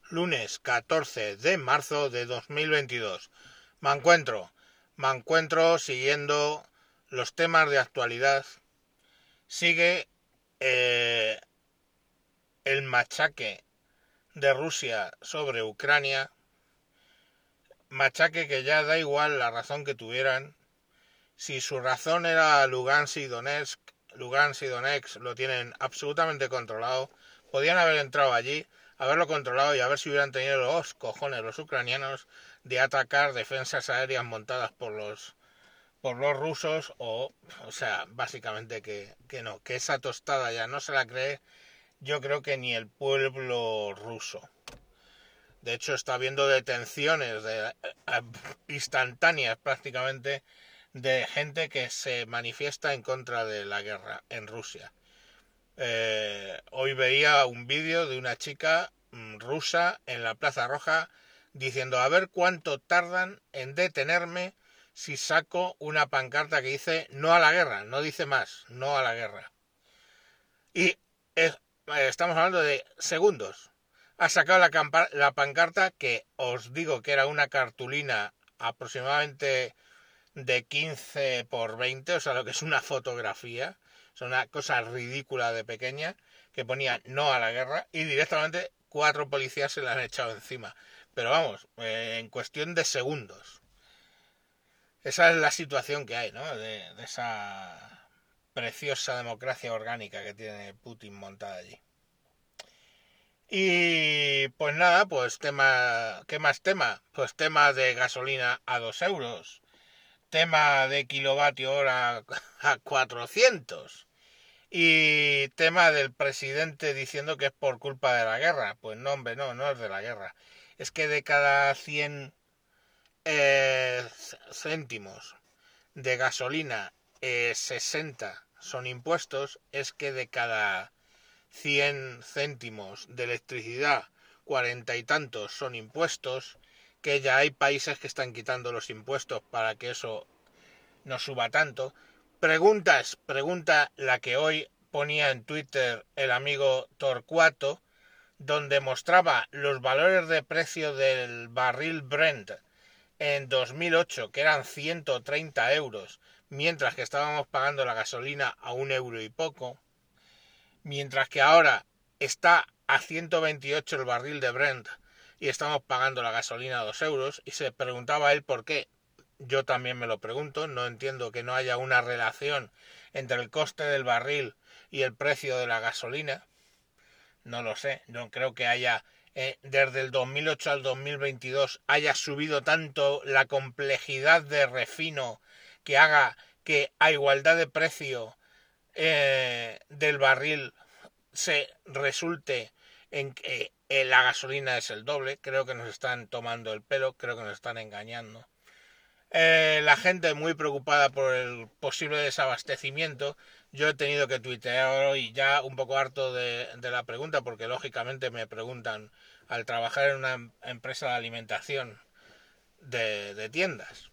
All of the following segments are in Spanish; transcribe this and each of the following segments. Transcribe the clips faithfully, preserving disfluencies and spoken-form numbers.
lunes catorce de marzo de dos mil veintidós. Me encuentro, me encuentro siguiendo los temas de actualidad. Sigue eh, el machaque de Rusia sobre Ucrania, machaque que ya da igual la razón que tuvieran. Si su razón era Lugansk y Donetsk, Lugansk y Donetsk lo tienen absolutamente controlado. Podían haber entrado allí, haberlo controlado y a ver si hubieran tenido los cojones los ucranianos de atacar defensas aéreas montadas por los por los rusos o, o sea, básicamente que, que no, que esa tostada ya no se la cree, yo creo que ni el pueblo ruso. De hecho, está habiendo detenciones de, eh, instantáneas prácticamente de gente que se manifiesta en contra de la guerra en Rusia. Eh, hoy veía un vídeo de una chica mm, rusa en la Plaza Roja diciendo a ver cuánto tardan en detenerme si saco una pancarta que dice no a la guerra, no dice más, no a la guerra. Y eh, estamos hablando de segundos. Ha sacado la, campa- la pancarta que os digo que era una cartulina aproximadamente de quince por veinte, o sea, lo que es una fotografía, es una cosa ridícula de pequeña, que ponía no a la guerra y directamente cuatro policías se la han echado encima. Pero vamos, eh, en cuestión de segundos. Esa es la situación que hay, ¿no? De, de esa preciosa democracia orgánica que tiene Putin montada allí. Y pues nada, pues tema, ¿qué más tema? Pues tema de gasolina a dos euros. Tema de kilovatio hora a cuatrocientos. Y tema del presidente diciendo que es por culpa de la guerra. Pues no, hombre, no, no es de la guerra. Es que de cada cien eh, céntimos de gasolina, eh, sesenta son impuestos. Es que de cada cien céntimos de electricidad, cuarenta y tantos son impuestos. Que ya hay países que están quitando los impuestos para que eso no suba tanto. Preguntas, pregunta la que hoy ponía en Twitter el amigo Torcuato, donde mostraba los valores de precio del barril Brent en dos mil ocho, que eran ciento treinta euros, mientras que estábamos pagando la gasolina a un euro y poco, mientras que ahora está a ciento veintiocho el barril de Brent y estamos pagando la gasolina a dos euros, y se preguntaba él por qué. Yo también me lo pregunto, no entiendo que no haya una relación entre el coste del barril y el precio de la gasolina. No lo sé, no creo que haya, eh, desde el dos mil ocho al dos mil veintidós, haya subido tanto la complejidad de refino que haga que a igualdad de precio eh, del barril se resulte en que eh, la gasolina es el doble. Creo que nos están tomando el pelo, creo que nos están engañando. Eh, la gente muy preocupada por el posible desabastecimiento. Yo he tenido que tuitear hoy ya un poco harto de, de la pregunta, porque lógicamente me preguntan al trabajar en una empresa de alimentación de, de tiendas.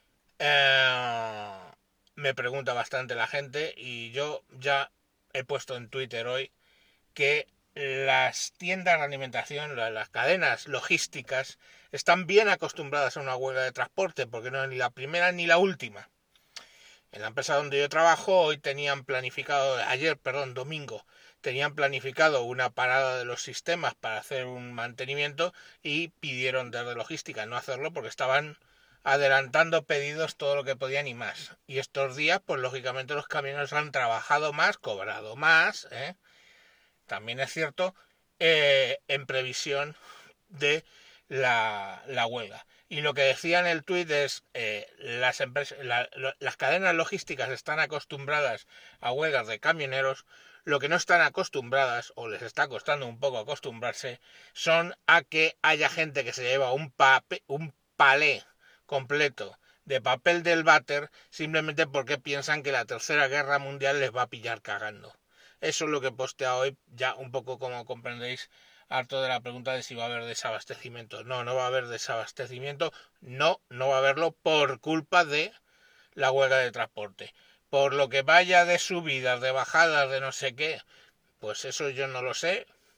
Eh, me pregunta bastante la gente y yo ya he puesto en Twitter hoy que las tiendas de alimentación, las cadenas logísticas, están bien acostumbradas a una huelga de transporte, porque no es ni la primera ni la última. En la empresa donde yo trabajo hoy tenían planificado, ayer, perdón, domingo, tenían planificado una parada de los sistemas para hacer un mantenimiento y pidieron desde logística no hacerlo porque estaban adelantando pedidos todo lo que podían y más. Y estos días, pues lógicamente los camioneros han trabajado más, cobrado más, ¿eh? También es cierto, eh, en previsión de la, la huelga. Y lo que decía en el tuit es eh, las empresas, la, lo, las cadenas logísticas están acostumbradas a huelgas de camioneros. Lo que no están acostumbradas, o les está costando un poco acostumbrarse, son a que haya gente que se lleva un, pape, un palé completo de papel del váter simplemente porque piensan que la tercera guerra mundial les va a pillar cagando. Eso es lo que he posteado hoy, ya un poco como comprendéis, harto de la pregunta de si va a haber desabastecimiento. No, no va a haber desabastecimiento, no, no va a haberlo por culpa de la huelga de transporte. Por lo que vaya de subidas, de bajadas, de no sé qué, pues eso yo no lo sé.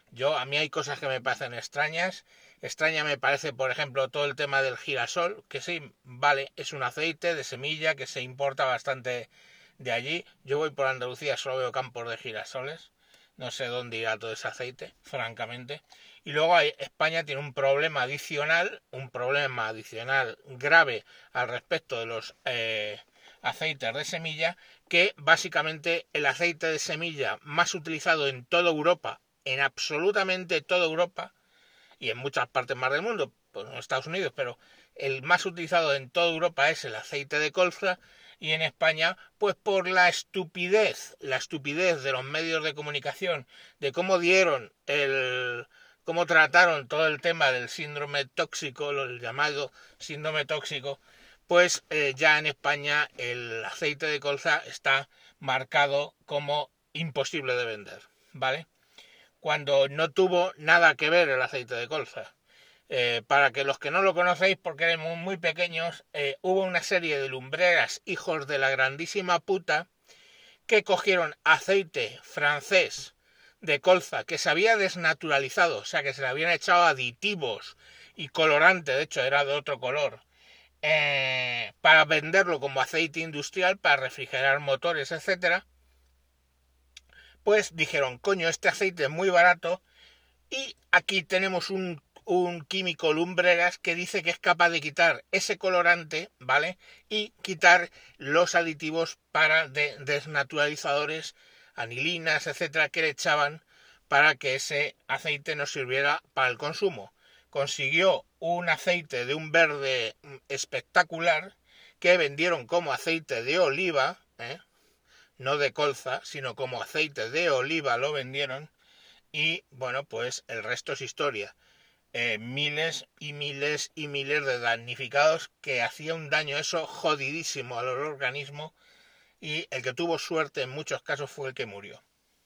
Yo, a mí hay cosas que me parecen extrañas. Extraña me parece, por ejemplo, todo el tema del girasol, que sí, vale, es un aceite de semilla que se importa bastante de allí. Yo voy por Andalucía, solo veo campos de girasoles. No sé dónde irá todo ese aceite, francamente. Y luego hay, España tiene un problema adicional, un problema adicional grave al respecto de los eh, aceites de semilla, que básicamente el aceite de semilla más utilizado en toda Europa, en absolutamente toda Europa, y en muchas partes más del mundo, pues en Estados Unidos, pero el más utilizado en toda Europa es el aceite de colza, y en España, pues por la estupidez, la estupidez de los medios de comunicación, de cómo dieron el, cómo trataron todo el tema del síndrome tóxico, el llamado síndrome tóxico, pues eh, ya en España el aceite de colza está marcado como imposible de vender, ¿vale? Cuando no tuvo nada que ver el aceite de colza. Eh, para que los que no lo conocéis, porque eres muy, muy pequeños, eh, hubo una serie de lumbreras hijos de la grandísima puta que cogieron aceite francés de colza que se había desnaturalizado, o sea que se le habían echado aditivos y colorante, de hecho era de otro color, eh, para venderlo como aceite industrial para refrigerar motores, etcétera. Pues dijeron, coño, este aceite es muy barato y aquí tenemos un, un químico lumbreras que dice que es capaz de quitar ese colorante, ¿vale? Y quitar los aditivos para de, desnaturalizadores, anilinas, etcétera, que le echaban para que ese aceite nos sirviera para el consumo. Consiguió un aceite de un verde espectacular que vendieron como aceite de oliva, ¿eh? No de colza, sino como aceite de oliva lo vendieron. Y bueno, pues el resto es historia. Eh, miles y miles y miles de damnificados, que hacía un daño eso jodidísimo al organismo, y el que tuvo suerte en muchos casos fue el que murió.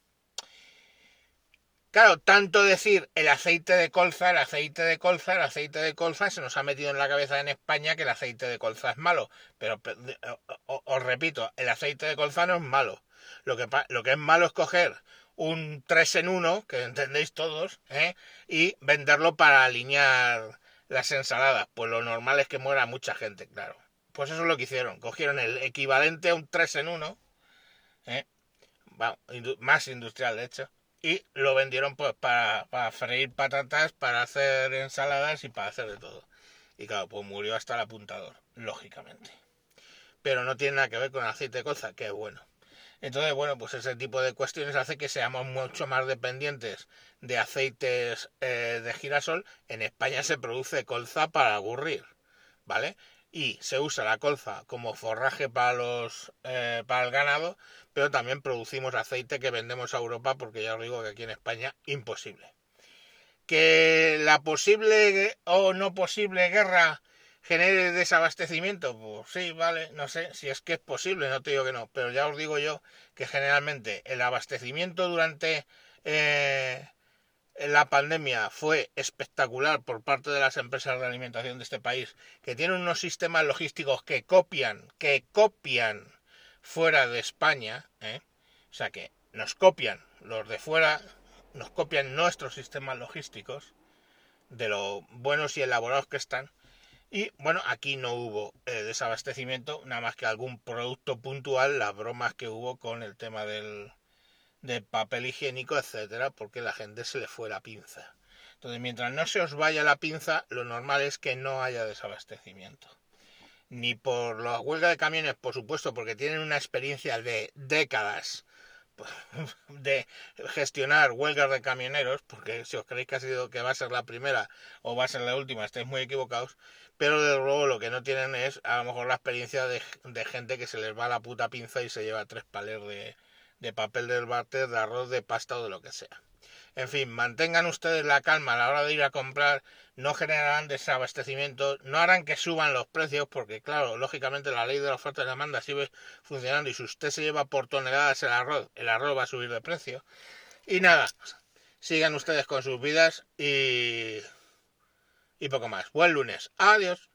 Claro, tanto decir el aceite de colza, el aceite de colza, el aceite de colza, se nos ha metido en la cabeza en España que el aceite de colza es malo. Pero os repito, el aceite de colza no es malo. Lo que, lo que es malo es coger un tres en uno, que entendéis todos, ¿eh? Y venderlo para alinear las ensaladas. Pues lo normal es que muera mucha gente, claro. Pues eso es lo que hicieron. Cogieron el equivalente a un tres en uno, ¿eh? Bueno, más industrial de hecho, y lo vendieron pues para, para freír patatas, para hacer ensaladas y para hacer de todo. Y claro, pues murió hasta el apuntador, lógicamente. Pero no tiene nada que ver con el aceite de colza, que es bueno. Entonces, bueno, pues ese tipo de cuestiones hace que seamos mucho más dependientes de aceites eh, de girasol. En España se produce colza para aburrir, ¿vale? Y se usa la colza como forraje para los eh, para el ganado, pero también producimos aceite que vendemos a Europa, porque ya os digo que aquí en España imposible. Que la posible o no posible guerra genere desabastecimiento, pues sí, vale, no sé, si es que es posible, no te digo que no, pero ya os digo yo que generalmente el abastecimiento durante eh, la pandemia fue espectacular por parte de las empresas de alimentación de este país, que tienen unos sistemas logísticos que copian, que copian fuera de España, ¿eh? O sea que nos copian los de fuera, nos copian nuestros sistemas logísticos, de lo buenos y elaborados que están. Y bueno, aquí no hubo eh, desabastecimiento, nada más que algún producto puntual, las bromas que hubo con el tema del, del papel higiénico, etcétera, porque la gente se le fue la pinza. Entonces, mientras no se os vaya la pinza, lo normal es que no haya desabastecimiento. Ni por la huelga de camiones, por supuesto, porque tienen una experiencia de décadas de gestionar huelgas de camioneros, porque si os creéis que ha sido que va a ser la primera o va a ser la última, estáis muy equivocados. Pero de luego lo que no tienen es a lo mejor la experiencia de, de gente que se les va la puta pinza y se lleva tres palés de, de papel del váter, de arroz, de pasta o de lo que sea. En fin, mantengan ustedes la calma a la hora de ir a comprar, no generarán desabastecimiento, no harán que suban los precios, porque claro, lógicamente la ley de la oferta y demanda sigue funcionando, y si usted se lleva por toneladas el arroz, el arroz va a subir de precio. Y nada, sigan ustedes con sus vidas y, y poco más. Buen lunes, adiós.